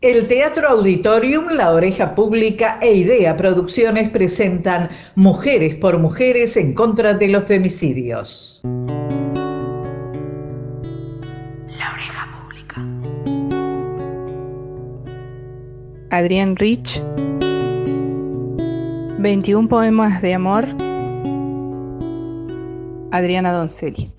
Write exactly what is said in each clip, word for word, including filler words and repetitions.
El Teatro Auditorium, La Oreja Pública e Idea Producciones presentan Mujeres por Mujeres en contra de los femicidios. La Oreja Pública. Adrienne Rich. veintiún poemas de amor. Adriana Donzelli.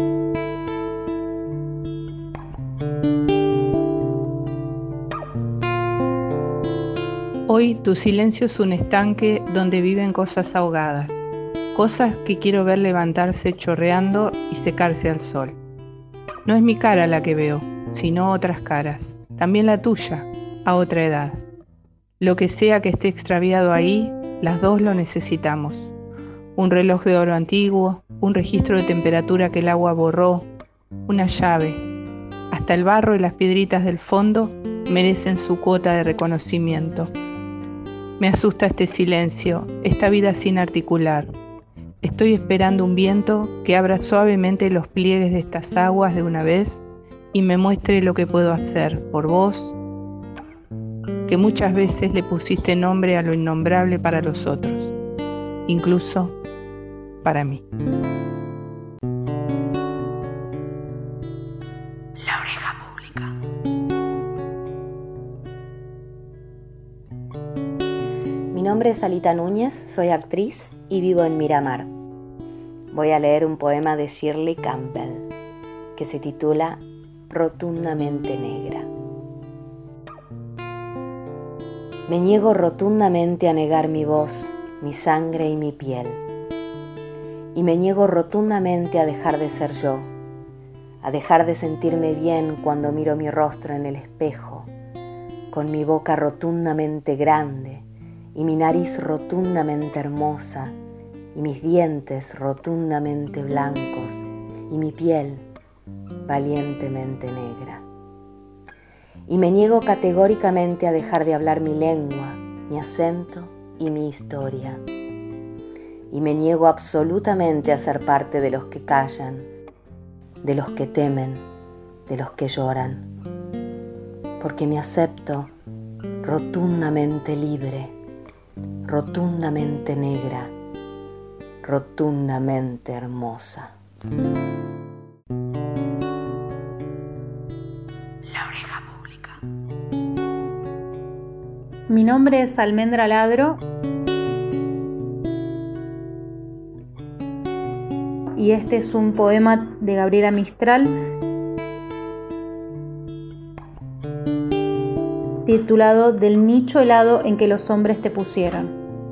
Hoy tu silencio es un estanque donde viven cosas ahogadas, cosas que quiero ver levantarse chorreando y secarse al sol. No es mi cara la que veo, sino otras caras, también la tuya, a otra edad. Lo que sea que esté extraviado ahí, las dos lo necesitamos. Un reloj de oro antiguo, un registro de temperatura que el agua borró, una llave. Hasta el barro y las piedritas del fondo merecen su cuota de reconocimiento. Me asusta este silencio, esta vida sin articular. Estoy esperando un viento que abra suavemente los pliegues de estas aguas de una vez y me muestre lo que puedo hacer por vos, que muchas veces le pusiste nombre a lo innombrable para los otros, incluso para mí. La Oreja Pública. Mi nombre es Alita Núñez, soy actriz y vivo en Miramar. Voy a leer un poema de Shirley Campbell que se titula Rotundamente Negra. Me niego rotundamente a negar mi voz, mi sangre y mi piel. Y me niego rotundamente a dejar de ser yo, a dejar de sentirme bien cuando miro mi rostro en el espejo, con mi boca rotundamente grande y mi nariz rotundamente hermosa y mis dientes rotundamente blancos y mi piel valientemente negra. Y me niego categóricamente a dejar de hablar mi lengua, mi acento y mi historia. Y me niego absolutamente a ser parte de los que callan, de los que temen, de los que lloran. Porque me acepto rotundamente libre, rotundamente negra, rotundamente hermosa. La Oreja Pública. Mi nombre es Almendra Ladro y este es un poema de Gabriela Mistral titulado Del nicho helado en que los hombres te pusieron.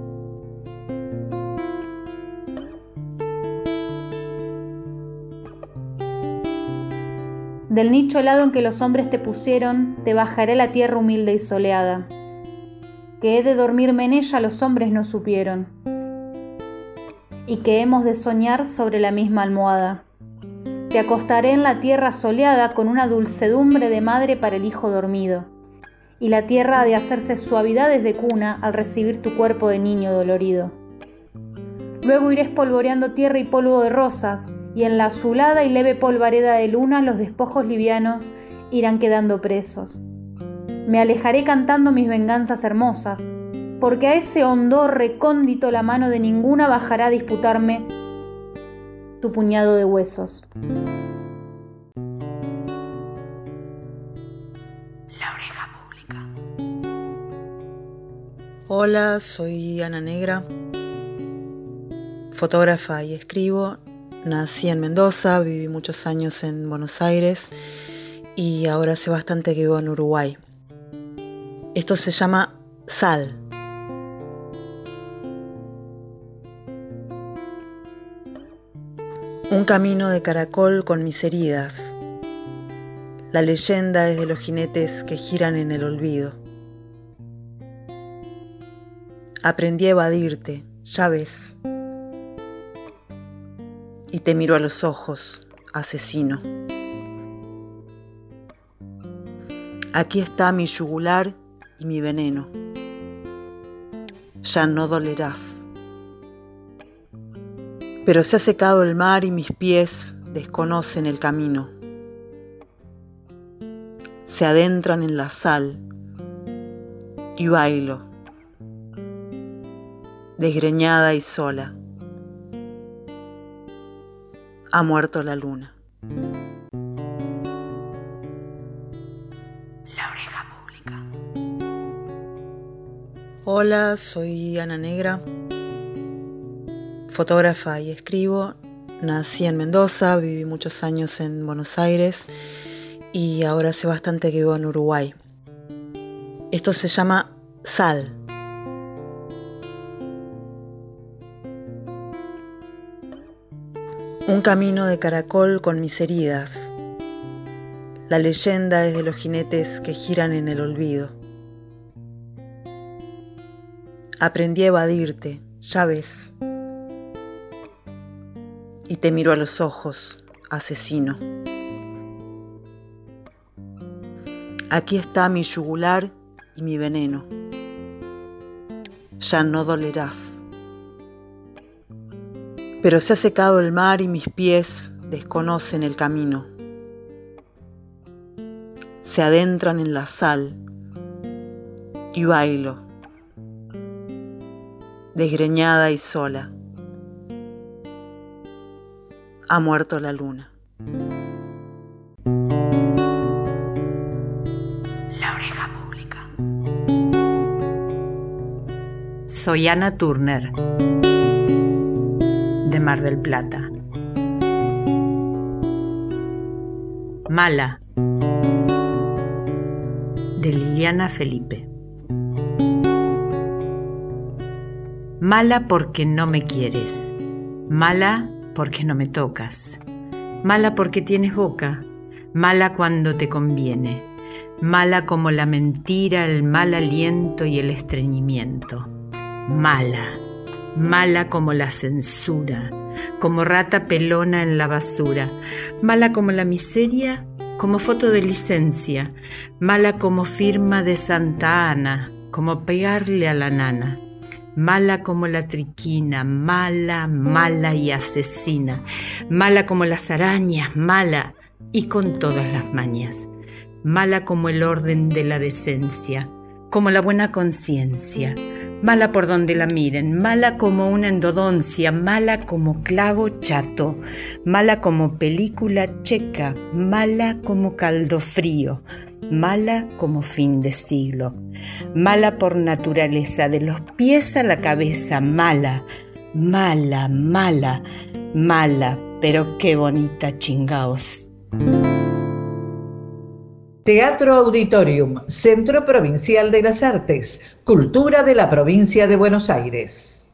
Del nicho helado en que los hombres te pusieron, te bajaré la tierra humilde y soleada. Que he de dormirme en ella los hombres no supieron, y que hemos de soñar sobre la misma almohada. Te acostaré en la tierra soleada con una dulcedumbre de madre para el hijo dormido, y la tierra ha de hacerse suavidades de cuna al recibir tu cuerpo de niño dolorido. Luego iré espolvoreando tierra y polvo de rosas, y en la azulada y leve polvareda de luna los despojos livianos irán quedando presos. Me alejaré cantando mis venganzas hermosas, porque a ese hondor recóndito la mano de ninguna bajará a disputarme tu puñado de huesos. La Oreja Pública. Hola, soy Ana Negra, fotógrafa y escribo. Nací en Mendoza, viví muchos años en Buenos Aires y ahora hace bastante que vivo en Uruguay. Esto se llama Sal. Un camino de caracol con mis heridas. La leyenda es de los jinetes que giran en el olvido. Aprendí a evadirte, ya ves. Y te miro a los ojos, asesino. Aquí está mi yugular y mi veneno. Ya no dolerás. Pero se ha secado el mar y mis pies desconocen el camino. Se adentran en la sal y bailo, desgreñada y sola. Ha muerto la luna. La Oreja Pública. Hola, soy Ana Negra, fotógrafa y escribo. Nací en Mendoza, viví muchos años en Buenos Aires y ahora hace bastante que vivo en Uruguay. Esto se llama Sal. Un camino de caracol con mis heridas. La leyenda es de los jinetes que giran en el olvido. Aprendí a evadirte, ya ves. Y te miro a los ojos, asesino. Aquí está mi yugular y mi veneno. Ya no dolerás. Pero se ha secado el mar y mis pies desconocen el camino. Se adentran en la sal y bailo, desgreñada y sola. Ha muerto la luna. La Oreja Pública. Soy Ana Turner, de Mar del Plata. Mala, de Liliana Felipe. Mala porque no me quieres. Mala porque no me tocas. Mala porque tienes boca. Mala cuando te conviene. Mala como la mentira, el mal aliento y el estreñimiento. Mala. Mala como la censura, como rata pelona en la basura. Mala como la miseria, como foto de licencia. Mala como firma de Santa Ana, como pegarle a la nana. Mala como la triquina, mala, mala y asesina. Mala como las arañas, mala y con todas las mañas. Mala como el orden de la decencia, como la buena conciencia. Mala por donde la miren, mala como una endodoncia, mala como clavo chato, mala como película checa, mala como caldo frío, mala como fin de siglo, mala por naturaleza, de los pies a la cabeza, mala, mala, mala, mala, pero qué bonita, chingaos. Teatro Auditorium, Centro Provincial de las Artes, Cultura de la Provincia de Buenos Aires.